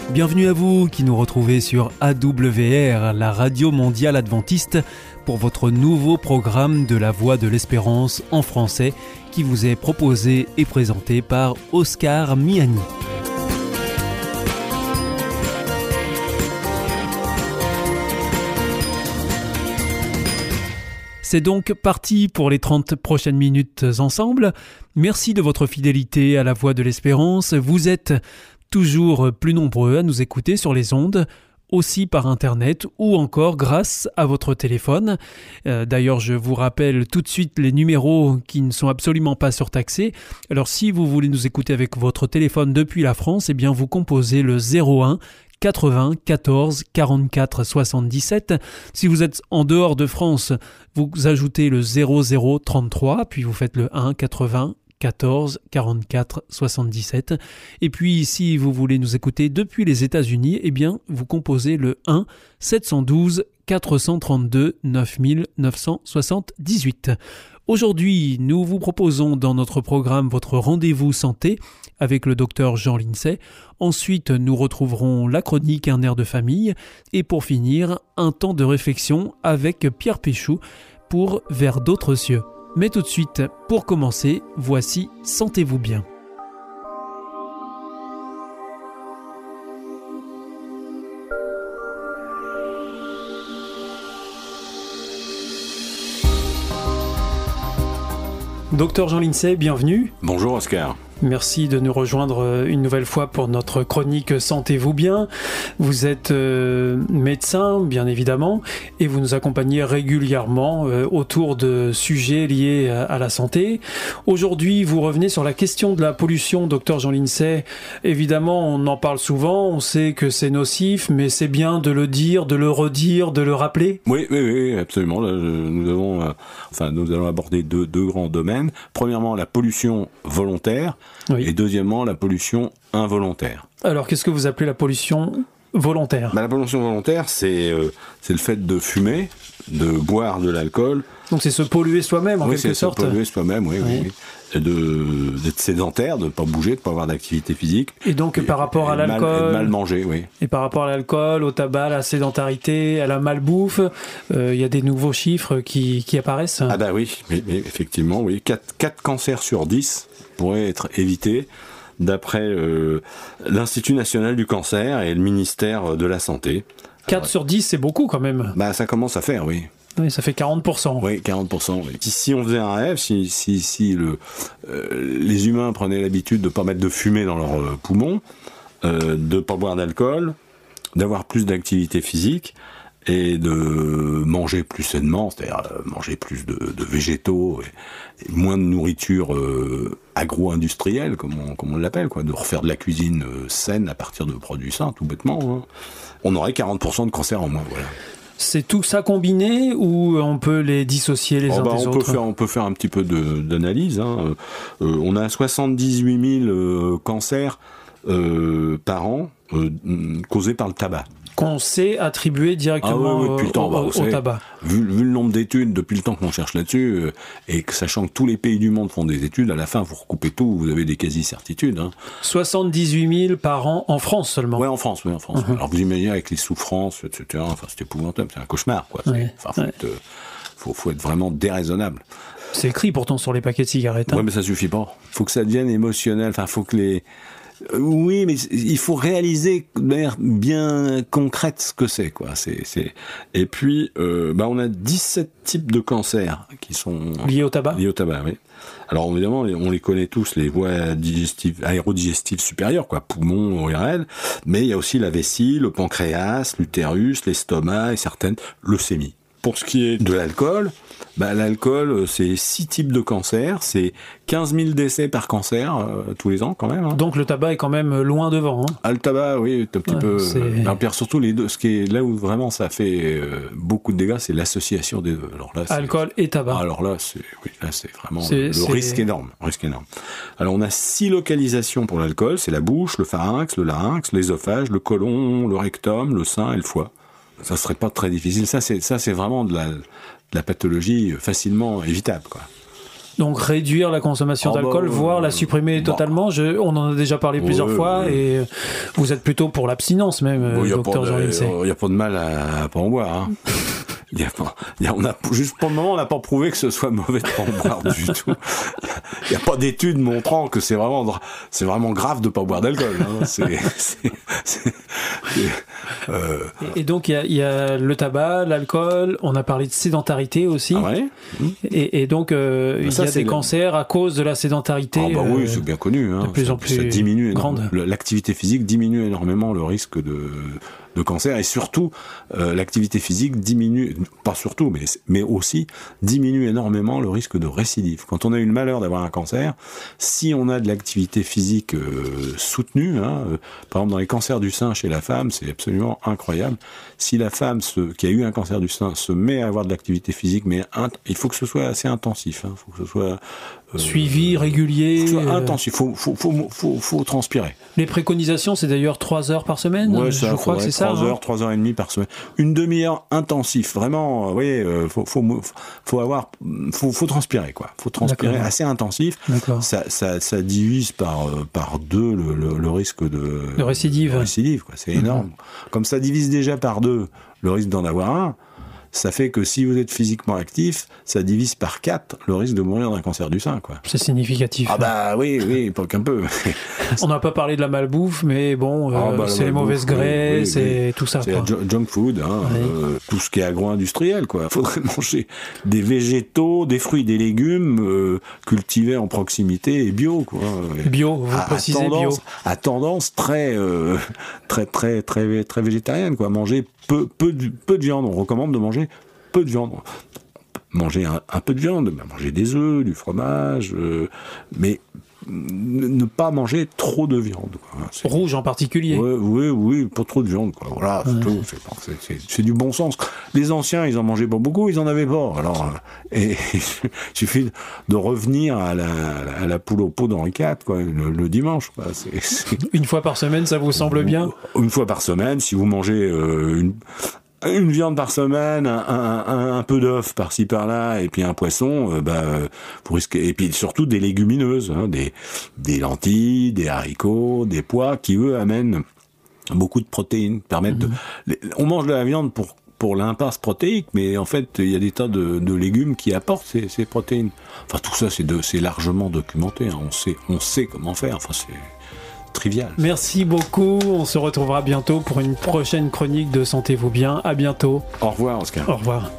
Bienvenue à vous qui nous retrouvez sur AWR, la radio mondiale adventiste, pour votre nouveau programme de la Voix de l'Espérance en français qui vous est proposé et présenté par Oscar Miani. C'est donc parti pour les 30 prochaines minutes ensemble. Merci de votre fidélité à la Voix de l'Espérance. Vous êtes toujours plus nombreux à nous écouter sur les ondes, aussi par Internet ou encore grâce à votre téléphone. D'ailleurs, je vous rappelle tout de suite les numéros qui ne sont absolument pas surtaxés. Alors, si vous voulez nous écouter avec votre téléphone depuis la France, eh bien, vous composez le 01 80 14 44 77. Si vous êtes en dehors de France, vous ajoutez le 00 33, puis vous faites le 1 80 14 44 77. Et puis, si vous voulez nous écouter depuis les États-Unis, eh bien, vous composez le 1 712 432 9978. Aujourd'hui, nous vous proposons dans notre programme votre rendez-vous santé avec le docteur Jean Lindsay. Ensuite, nous retrouverons la chronique Un air de famille. Et pour finir, un temps de réflexion avec Pierre Péchou pour Vers d'autres cieux. Mais tout de suite, pour commencer, voici Sentez-vous bien. Docteur Jean Lindsay, bienvenue. Bonjour Oscar. Merci de nous rejoindre une nouvelle fois pour notre chronique Sentez-vous bien. Vous êtes médecin, bien évidemment, et vous nous accompagnez régulièrement autour de sujets liés à la santé. Aujourd'hui, vous revenez sur la question de la pollution, docteur Jean Lindsay. Évidemment, on en parle souvent, on sait que c'est nocif, mais c'est bien de le dire, de le redire, de le rappeler. Oui, absolument. Là, nous allons aborder deux grands domaines. Premièrement, la pollution volontaire. Oui. Et deuxièmement, la pollution involontaire. Alors, qu'est-ce que vous appelez la pollution volontaire ? La pollution volontaire, c'est le fait de fumer, de boire de l'alcool. Donc c'est se polluer soi-même, en quelque sorte. Oui, c'est se polluer soi-même, oui. D'être sédentaire, de ne pas bouger, de ne pas avoir d'activité physique. Et donc, par rapport à l'alcool... mal manger, oui. Et par rapport à l'alcool, au tabac, à la sédentarité, à la malbouffe, il y a des nouveaux chiffres qui apparaissent. Ah bah oui, mais effectivement, oui. 4 cancers sur 10 pourraient être évités d'après l'Institut national du cancer et le ministère de la Santé. 4 sur 10, c'est beaucoup quand même. Bah ça commence à faire, oui. Oui, ça fait 40%. Oui, 40%. Oui. Si on faisait un rêve, si les humains prenaient l'habitude de ne pas mettre de fumée dans leurs poumons, de ne pas boire d'alcool, d'avoir plus d'activité physique et de manger plus sainement, c'est-à-dire manger plus de végétaux et moins de nourriture agro-industrielle, comme on l'appelle, quoi, de refaire de la cuisine saine à partir de produits sains, tout bêtement, hein. On aurait 40% de cancer en moins, voilà. C'est tout ça combiné ou on peut les dissocier les uns des autres ? On peut faire un petit peu d'analyse. Hein. On a 78 000 cancers par an causés par le tabac. Qu'on sait attribuer directement au tabac. Vu le nombre d'études, depuis le temps qu'on cherche là-dessus, et que sachant que tous les pays du monde font des études, à la fin, vous recoupez tout, vous avez des quasi-certitudes. Hein. 78 000 par an en France seulement. Oui, en France. Uh-huh. Alors vous imaginez avec les souffrances, etc. Enfin, c'est épouvantable, c'est un cauchemar, quoi. Faut être vraiment déraisonnable. C'est écrit pourtant sur les paquets de cigarettes. Hein. Oui, mais ça suffit pas. Faut que ça devienne émotionnel. Enfin, faut que les... Oui, mais il faut réaliser de manière bien concrète ce que c'est, quoi. Et puis, on a 17 types de cancers qui sont liés au tabac. Oui. Alors évidemment, on les connaît tous, les voies digestives, aérodigestives supérieures, quoi, poumons, ORL. Mais il y a aussi la vessie, le pancréas, l'utérus, l'estomac et certaines leucémies. Pour ce qui est de l'alcool, l'alcool, c'est 6 types de cancers, c'est 15 000 décès par cancer tous les ans quand même. Hein. Donc le tabac est quand même loin devant. Hein. Ah, le tabac, oui, un petit peu. Pire, surtout les deux. Ce qui est là où vraiment ça fait beaucoup de dégâts, c'est l'association des deux. Alors là, alcool et tabac. Alors là, c'est vraiment le risque énorme. Alors on a 6 localisations pour l'alcool, c'est la bouche, le pharynx, le larynx, l'ésophage, le côlon, le rectum, le sein et le foie. Ça serait pas très difficile. Ça c'est vraiment de la pathologie facilement évitable, quoi. Donc réduire la consommation d'alcool, voire la supprimer totalement. On en a déjà parlé plusieurs fois et vous êtes plutôt pour l'abstinence même, docteur Jean Limsey. Il n'y a pas de mal à pas en boire. Hein. Juste pour le moment, on n'a pas prouvé que ce soit mauvais de pas en boire du tout. Il n'y a pas d'études montrant que c'est vraiment grave de pas boire d'alcool. Hein. Et donc il y a le tabac, l'alcool. On a parlé de sédentarité aussi. Ah ouais. Et donc il y a des cancers à cause de la sédentarité. Ah bah oui, c'est bien connu. Hein. De plus en plus ça diminue grande. L'activité physique diminue énormément le risque de cancer, et surtout l'activité physique diminue, pas surtout, mais aussi diminue énormément le risque de récidive. Quand on a eu le malheur d'avoir un cancer, si on a de l'activité physique soutenue, par exemple dans les cancers du sein chez la femme, c'est absolument incroyable. Si la femme qui a eu un cancer du sein se met à avoir de l'activité physique, mais il faut que ce soit assez intensif, il faut que ce soit suivi, régulier, intensif, faut transpirer. Les préconisations, c'est d'ailleurs 3 heures par semaine. Ouais, je crois que c'est 3 heures, 3 heures et demie par semaine. Une demi-heure intensif, vraiment. Vous voyez, faut transpirer, quoi. Faut transpirer. D'accord. Assez intensif. D'accord. Ça divise par 2 le risque de récidive. Quoi. C'est énorme. Comme ça divise déjà par 2 le risque d'en avoir un. Ça fait que si vous êtes physiquement actif, ça divise par 4 le risque de mourir d'un cancer du sein, quoi. C'est significatif. Ah bah oui, pas qu'un peu. On n'a pas parlé de la malbouffe, mais bon, c'est les mauvaises graisses, c'est tout ça. C'est la junk food, tout ce qui est agro-industriel, quoi. Il faudrait manger des végétaux, des fruits, des légumes cultivés en proximité et bio, quoi. Bio, vous précisez bio. À tendance très végétarienne, quoi. Manger peu de viande. On recommande de manger peu de viande. Manger un peu de viande, manger des œufs, du fromage, mais ne pas manger trop de viande, quoi. Rouge en particulier. Oui, pas trop de viande, quoi. Voilà, c'est du bon sens. Les anciens, ils en mangeaient pas beaucoup, ils en avaient pas. Alors, il suffit de revenir à la poule au pot d'Henri IV, quoi, le dimanche, quoi. Une fois par semaine, ça vous semble bien ? Une fois par semaine, si vous mangez une viande par semaine, un peu d'œuf par-ci par-là, et puis un poisson, vous risquez, et puis surtout des légumineuses, des lentilles, des haricots, des pois, qui eux amènent beaucoup de protéines, permettent on mange de la viande pour l'impasse protéique, mais en fait, il y a des tas de légumes qui apportent ces protéines. Enfin, tout ça, c'est largement documenté, hein. On sait comment faire, enfin, c'est trivial. Merci beaucoup, on se retrouvera bientôt pour une prochaine chronique de Sentez-vous bien. À bientôt. Au revoir, Oscar. Au revoir.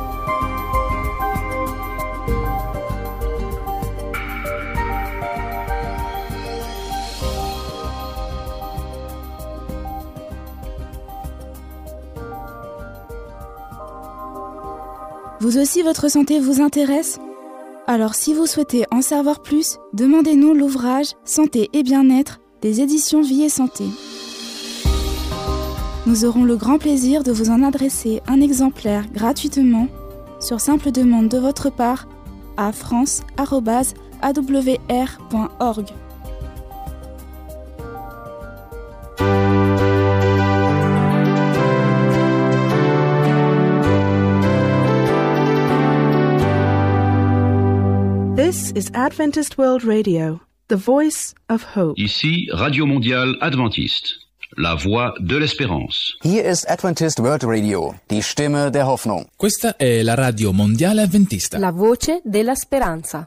Vous aussi, votre santé vous intéresse ? Alors, si vous souhaitez en savoir plus, demandez-nous l'ouvrage Santé et bien-être des éditions Vie et Santé. Nous aurons le grand plaisir de vous en adresser un exemplaire gratuitement, sur simple demande de votre part, à france@awr.org. This is Adventist World Radio, the voice of hope. Ici, Radio Mondiale Adventiste, la voix de l'espérance. Hier ist Adventist World Radio, die Stimme der Hoffnung. Questa è la Radio Mondiale Adventista, la voce della speranza.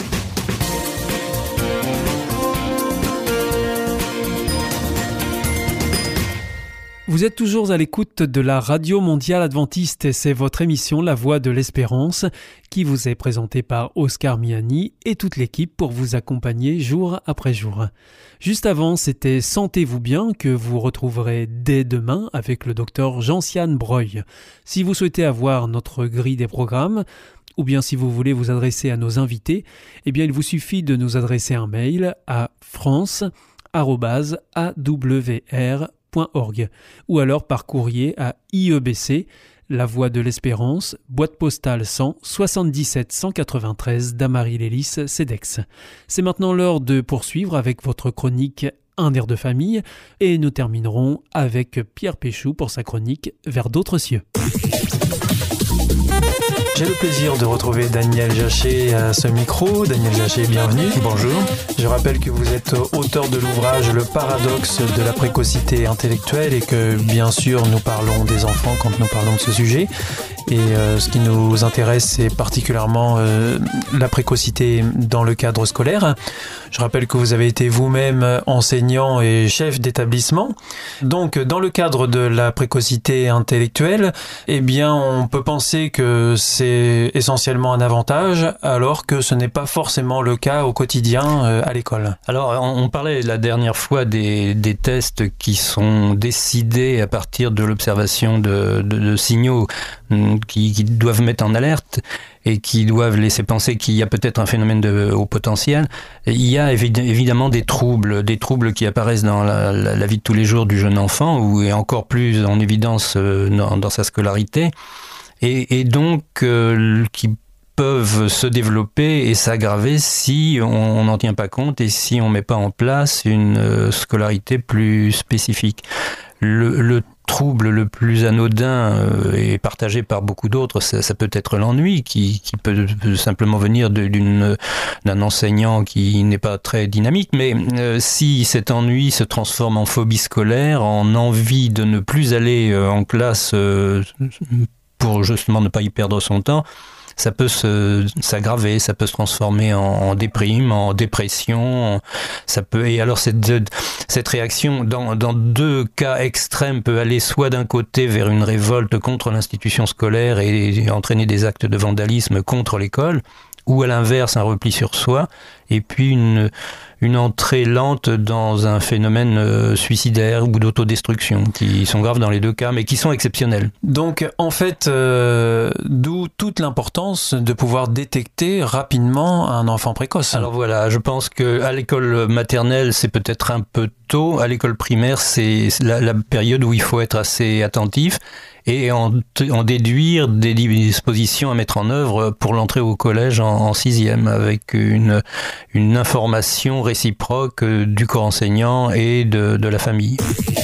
Vous êtes toujours à l'écoute de la Radio Mondiale Adventiste et c'est votre émission La Voix de l'Espérance qui vous est présentée par Oscar Miani et toute l'équipe pour vous accompagner jour après jour. Juste avant, c'était Sentez-vous bien que vous retrouverez dès demain avec le docteur Jean-Sian Breuil. Si vous souhaitez avoir notre grille des programmes, ou bien si vous voulez vous adresser à nos invités, eh bien il vous suffit de nous adresser un mail à france@awr.org ou alors par courrier à IEBC, La Voix de l'Espérance, boîte postale 100 77 193 d'Amarie-Lélis, CEDEX. C'est maintenant l'heure de poursuivre avec votre chronique Un air de famille et nous terminerons avec Pierre Péchou pour sa chronique Vers d'autres cieux. J'ai le plaisir de retrouver Daniel Jachet à ce micro. Daniel Jachet, bienvenue. Bonjour. Je rappelle que vous êtes auteur de l'ouvrage Le paradoxe de la précocité intellectuelle et que bien sûr nous parlons des enfants quand nous parlons de ce sujet. Et ce qui nous intéresse, c'est particulièrement la précocité dans le cadre scolaire. Je rappelle que vous avez été vous-même enseignant et chef d'établissement. Donc, dans le cadre de la précocité intellectuelle, eh bien, on peut penser que c'est essentiellement un avantage, alors que ce n'est pas forcément le cas au quotidien à l'école. Alors, on parlait la dernière fois des tests qui sont décidés à partir de l'observation de signaux qui doivent mettre en alerte et qui doivent laisser penser qu'il y a peut-être un phénomène de haut potentiel. Il y a évidemment des troubles qui apparaissent dans la vie de tous les jours du jeune enfant, ou est encore plus en évidence dans sa scolarité, et donc qui peuvent se développer et s'aggraver si on n'en tient pas compte et si on ne met pas en place une scolarité plus spécifique. Le trouble le plus anodin et partagé par beaucoup d'autres, ça peut être l'ennui qui peut simplement venir d'un enseignant qui n'est pas très dynamique, mais si cet ennui se transforme en phobie scolaire, en envie de ne plus aller en classe pour justement ne pas y perdre son temps, ça peut s'aggraver, ça peut se transformer en déprime, en dépression. Et alors cette réaction, dans deux cas extrêmes, peut aller soit d'un côté vers une révolte contre l'institution scolaire et entraîner des actes de vandalisme contre l'école, ou à l'inverse un repli sur soi, et puis une entrée lente dans un phénomène suicidaire ou d'autodestruction, qui sont graves dans les deux cas, mais qui sont exceptionnels. Donc, en fait, d'où toute l'importance de pouvoir détecter rapidement un enfant précoce. Alors voilà, je pense qu'à l'école maternelle, c'est peut-être un peu tôt. À l'école primaire, c'est la période où il faut être assez attentif et en déduire des dispositions à mettre en œuvre pour l'entrée au collège en 6e, avec une information réciproque du corps enseignant et de la famille.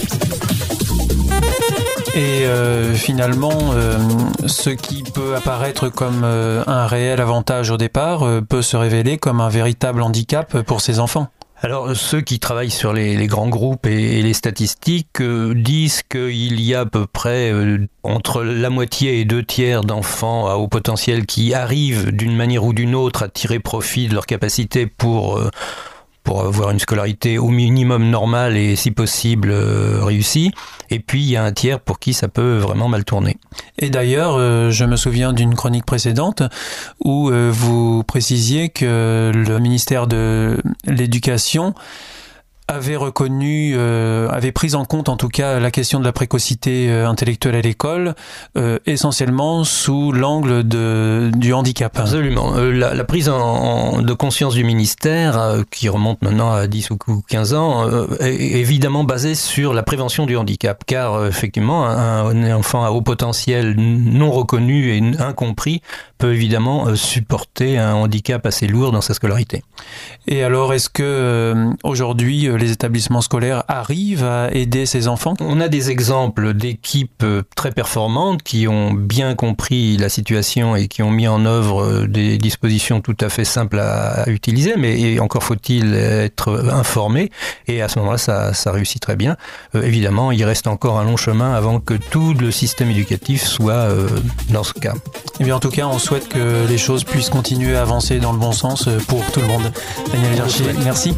Et finalement, ce qui peut apparaître comme un réel avantage au départ peut se révéler comme un véritable handicap pour ces enfants. Alors, ceux qui travaillent sur les grands groupes et les statistiques disent qu'il y a à peu près entre la moitié et 2/3 d'enfants à haut potentiel qui arrivent d'une manière ou d'une autre à tirer profit de leur capacité pour avoir une scolarité au minimum normale et si possible réussie. Et puis il y a un tiers pour qui ça peut vraiment mal tourner. Et d'ailleurs, je me souviens d'une chronique précédente où vous précisiez que le ministère de l'Éducation avait reconnu, avait pris en compte en tout cas la question de la précocité intellectuelle à l'école, essentiellement sous l'angle du handicap. Absolument. La prise de conscience du ministère, qui remonte maintenant à 10 ou 15 ans, est évidemment basée sur la prévention du handicap, car effectivement, un enfant à haut potentiel non reconnu et incompris peut évidemment supporter un handicap assez lourd dans sa scolarité. Et alors, est-ce que aujourd'hui, les établissements scolaires arrivent à aider ces enfants ? On a des exemples d'équipes très performantes qui ont bien compris la situation et qui ont mis en œuvre des dispositions tout à fait simples à utiliser, mais encore faut-il être informé, et à ce moment-là, ça réussit très bien. Évidemment, il reste encore un long chemin avant que tout le système éducatif soit dans ce cas. Eh bien, en tout cas, on souhaite que les choses puissent continuer à avancer dans le bon sens pour tout le monde. Daniel Jachet, merci.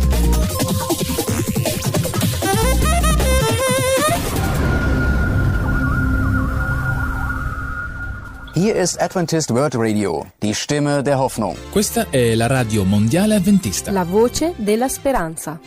Hier ist Adventist World Radio, die Stimme der Hoffnung. Questa è la Radio Mondiale Adventista. La voce della speranza.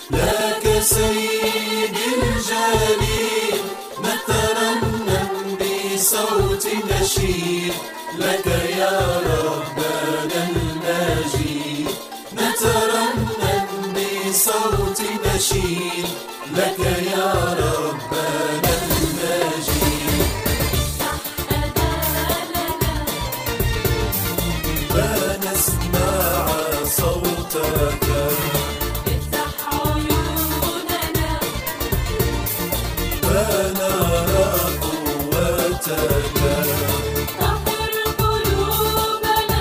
سيد الجليل نترنم صوت نشيد لك يا ربنا المجيد نترنم بصوت نشيد لك يا ربنا المجيد فنسمع صوتك افتح عيوننا فنرى قوتك طهر قلوبنا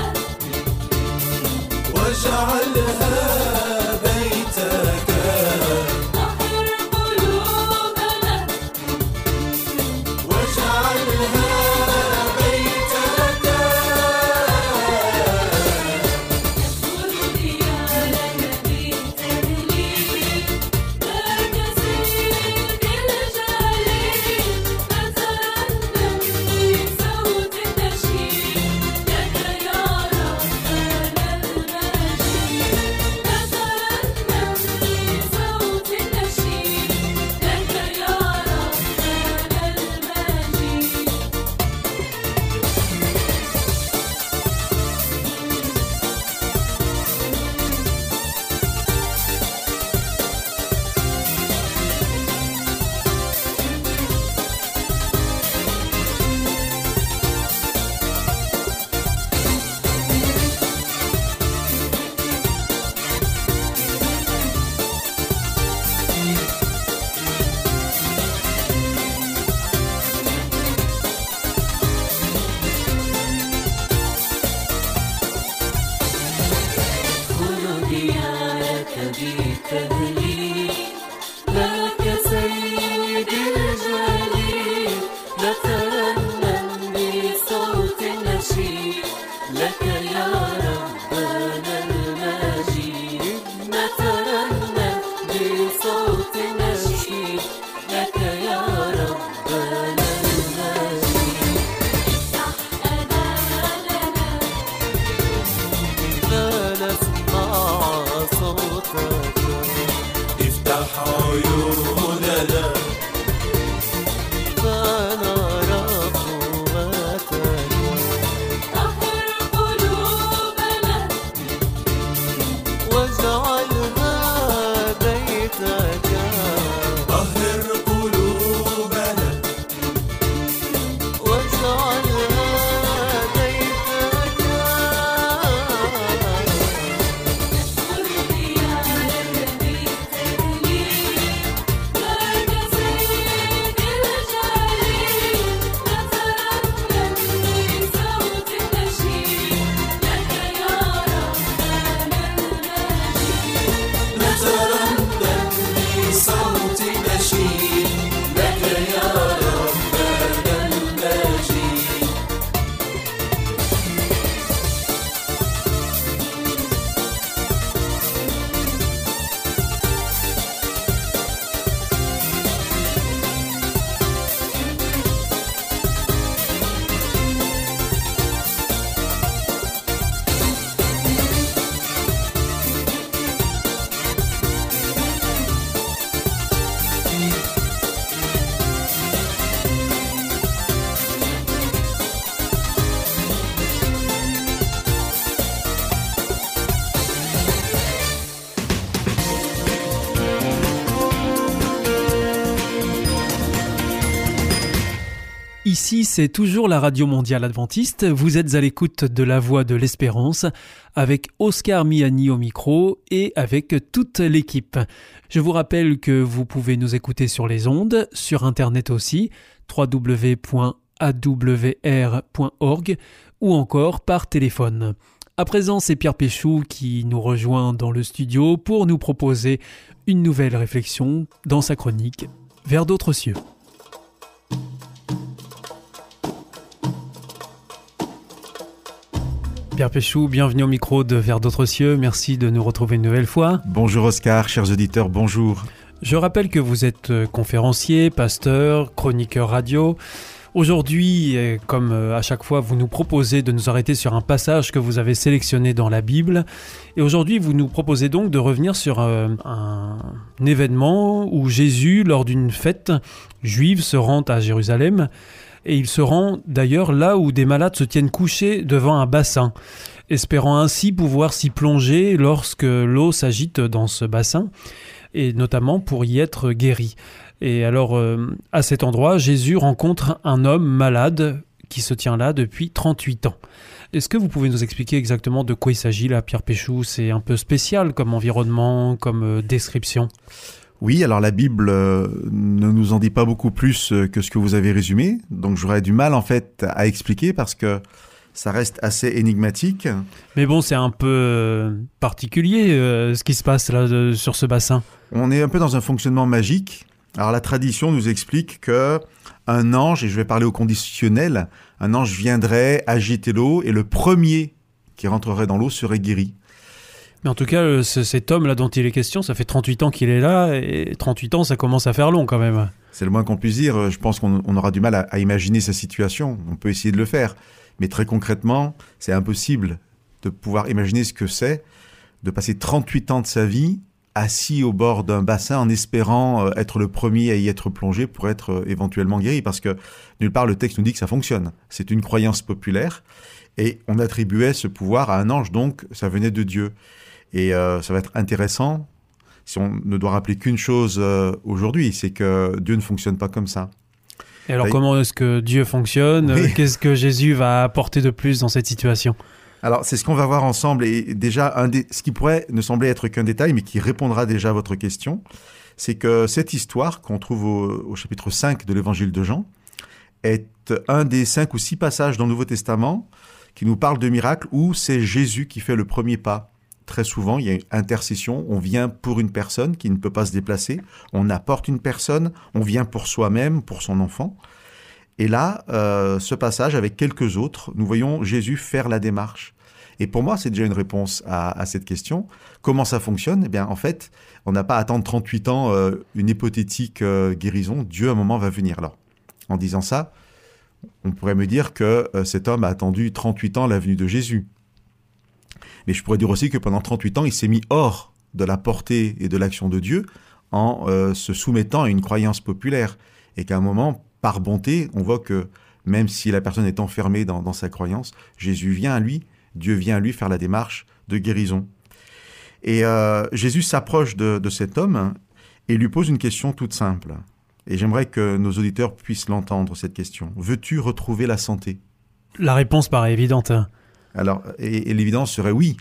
واجعلها بيتك طهر قلوبنا واجعلها بيتك نذكر ديارك بالتهليل لك سيد الجليل نترنم بصوت النشيد لك يا ربنا المجيد نترنم بصوت النشيد لك يا ربنا المجيد ادخل ديارك بالتهليل لك سيد الجليل نترنم بصوت النشيد لك يا ربنا المجيد نترنم بصوت النشيد لك يا ربنا المجيد افتح أذاننا فنسمع صوتك افتح عيوننا فنرى قوتك طهر قلوبنا واجعلها بيتك طهر قلوبنا واجعلها بيتك نذكر ديارك بالتهليل لك سيد الجليل نترنم بصوت النشيد لك يا ربنا المجيد نترنم بصوت نشيد لك يا ربنا المجيد Ici, c'est toujours la Radio Mondiale Adventiste. Vous êtes à l'écoute de La Voix de l'Espérance avec Oscar Miani au micro et avec toute l'équipe. Je vous rappelle que vous pouvez nous écouter sur les ondes, sur Internet aussi, www.awr.org ou encore par téléphone. À présent, c'est Pierre Péchou qui nous rejoint dans le studio pour nous proposer une nouvelle réflexion dans sa chronique « Vers d'autres cieux ». Pierre Péchou, bienvenue au micro de Vers d'autres cieux. Merci de nous retrouver une nouvelle fois. Bonjour Oscar, chers auditeurs, bonjour. Je rappelle que vous êtes conférencier, pasteur, chroniqueur radio. Aujourd'hui, comme à chaque fois, vous nous proposez de nous arrêter sur un passage que vous avez sélectionné dans la Bible. Et aujourd'hui, vous nous proposez donc de revenir sur un événement où Jésus, lors d'une fête juive, se rend à Jérusalem. Et il se rend d'ailleurs là où des malades se tiennent couchés devant un bassin, espérant ainsi pouvoir s'y plonger lorsque l'eau s'agite dans ce bassin, et notamment pour y être guéri. Et alors, à cet endroit, Jésus rencontre un homme malade qui se tient là depuis 38 ans. Est-ce que vous pouvez nous expliquer exactement de quoi il s'agit là, Pierre Péchou? C'est un peu spécial comme environnement, comme description. Oui, alors la Bible ne nous en dit pas beaucoup plus que ce que vous avez résumé, donc j'aurais du mal en fait à expliquer parce que ça reste assez énigmatique. Mais bon, c'est un peu particulier ce qui se passe là sur ce bassin. On est un peu dans un fonctionnement magique. Alors la tradition nous explique que un ange, et je vais parler au conditionnel, un ange viendrait agiter l'eau et le premier qui rentrerait dans l'eau serait guéri. Mais en tout cas, cet homme-là dont il est question, ça fait 38 ans qu'il est là, et 38 ans, ça commence à faire long quand même. C'est le moins qu'on puisse dire. Je pense qu'on aura du mal à imaginer sa situation. On peut essayer de le faire. Mais très concrètement, c'est impossible de pouvoir imaginer ce que c'est de passer 38 ans de sa vie assis au bord d'un bassin en espérant être le premier à y être plongé pour être éventuellement guéri. Parce que nulle part le texte nous dit que ça fonctionne. C'est une croyance populaire et on attribuait ce pouvoir à un ange, donc ça venait de Dieu. Et ça va être intéressant si on ne doit rappeler qu'une chose aujourd'hui, c'est que Dieu ne fonctionne pas comme ça. Et alors comment est-ce que Dieu fonctionne? Oui. Qu'est-ce que Jésus va apporter de plus dans cette situation? Alors, c'est ce qu'on va voir ensemble. Et déjà, ce qui pourrait ne sembler être qu'un détail, mais qui répondra déjà à votre question, c'est que cette histoire qu'on trouve au chapitre 5 de l'évangile de Jean est un des 5 ou 6 passages dans le Nouveau Testament qui nous parle de miracles où c'est Jésus qui fait le premier pas. Très souvent, il y a une intercession, on vient pour une personne qui ne peut pas se déplacer, on apporte une personne, on vient pour soi-même, pour son enfant. Et là, ce passage, avec quelques autres, nous voyons Jésus faire la démarche. Et pour moi, c'est déjà une réponse à cette question. Comment ça fonctionne? Eh bien, en fait, on n'a pas à attendre 38 ans une hypothétique guérison. Dieu, à un moment, va venir. Alors, en disant ça, on pourrait me dire que cet homme a attendu 38 ans la venue de Jésus. Mais je pourrais dire aussi que pendant 38 ans, il s'est mis hors de la portée et de l'action de Dieu en se soumettant à une croyance populaire. Et qu'à un moment, par bonté, on voit que même si la personne est enfermée dans sa croyance, Jésus vient à lui, Dieu vient à lui faire la démarche de guérison. Et Jésus s'approche de cet homme et lui pose une question toute simple. Et j'aimerais que nos auditeurs puissent l'entendre, cette question. Veux-tu retrouver la santé? La réponse paraît évidente. Alors, et l'évidence serait oui,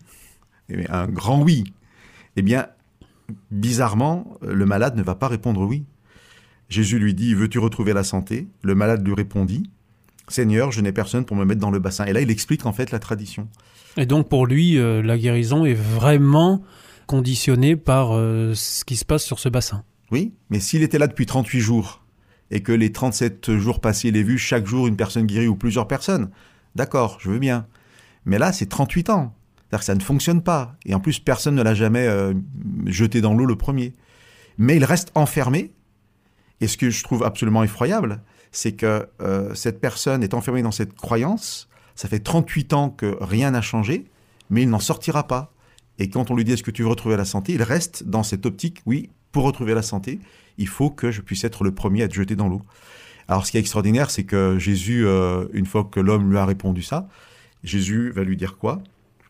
un grand oui. Eh bien, bizarrement, le malade ne va pas répondre oui. Jésus lui dit, veux-tu retrouver la santé? Le malade lui répondit, Seigneur, je n'ai personne pour me mettre dans le bassin. Et là, il explique en fait la tradition. Et donc pour lui, la guérison est vraiment conditionnée par ce qui se passe sur ce bassin. Oui, mais s'il était là depuis 38 jours et que les 37 jours passés, il ait vu chaque jour une personne guérie ou plusieurs personnes, d'accord, je veux bien. Mais là, c'est 38 ans. C'est-à-dire que ça ne fonctionne pas. Et en plus, personne ne l'a jamais jeté dans l'eau le premier. Mais il reste enfermé. Et ce que je trouve absolument effroyable, c'est que cette personne est enfermée dans cette croyance. Ça fait 38 ans que rien n'a changé, mais il n'en sortira pas. Et quand on lui dit « Est-ce que tu veux retrouver la santé ?», il reste dans cette optique « Oui, pour retrouver la santé, il faut que je puisse être le premier à être jeté dans l'eau. » Alors, ce qui est extraordinaire, c'est que Jésus, une fois que l'homme lui a répondu ça, Jésus va lui dire quoi?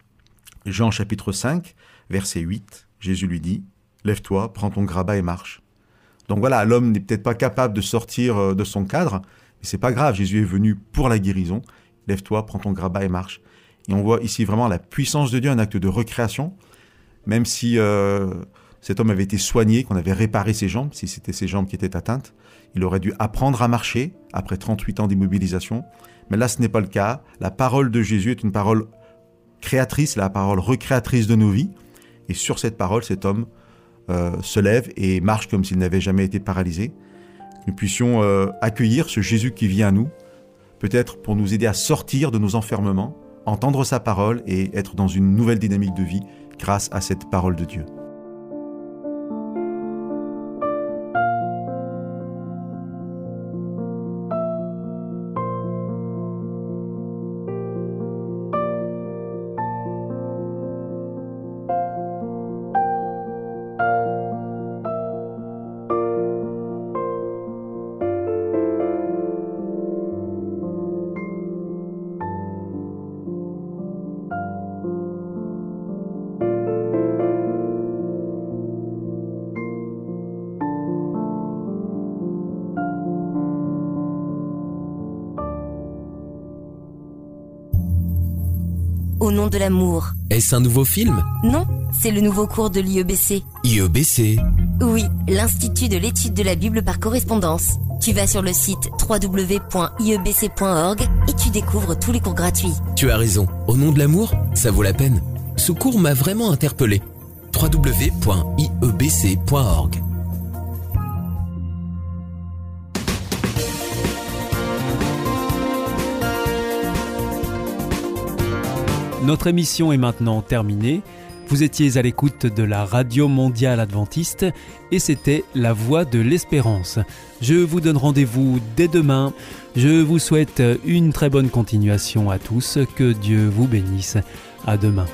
Jean chapitre 5, verset 8, Jésus lui dit « Lève-toi, prends ton grabat et marche. » Donc voilà, l'homme n'est peut-être pas capable de sortir de son cadre, mais c'est pas grave, Jésus est venu pour la guérison. Lève-toi, prends ton grabat et marche. Et on voit ici vraiment la puissance de Dieu, un acte de recréation, même si cet homme avait été soigné, qu'on avait réparé ses jambes, si c'était ses jambes qui étaient atteintes, il aurait dû apprendre à marcher après 38 ans d'immobilisation. Mais là, ce n'est pas le cas. La parole de Jésus est une parole créatrice, la parole recréatrice de nos vies. Et sur cette parole, cet homme se lève et marche comme s'il n'avait jamais été paralysé. Nous puissions accueillir ce Jésus qui vient à nous, peut-être pour nous aider à sortir de nos enfermements, entendre sa parole et être dans une nouvelle dynamique de vie grâce à cette parole de Dieu. Au nom de l'amour. Est-ce un nouveau film? Non, c'est le nouveau cours de l'IEBC. IEBC. Oui, l'Institut de l'étude de la Bible par correspondance. Tu vas sur le site www.iebc.org et tu découvres tous les cours gratuits. Tu as raison. Au nom de l'amour, ça vaut la peine. Ce cours m'a vraiment interpellé. www.iebc.org. Notre émission est maintenant terminée. Vous étiez à l'écoute de la Radio Mondiale Adventiste et c'était La Voix de l'Espérance. Je vous donne rendez-vous dès demain. Je vous souhaite une très bonne continuation à tous. Que Dieu vous bénisse. À demain.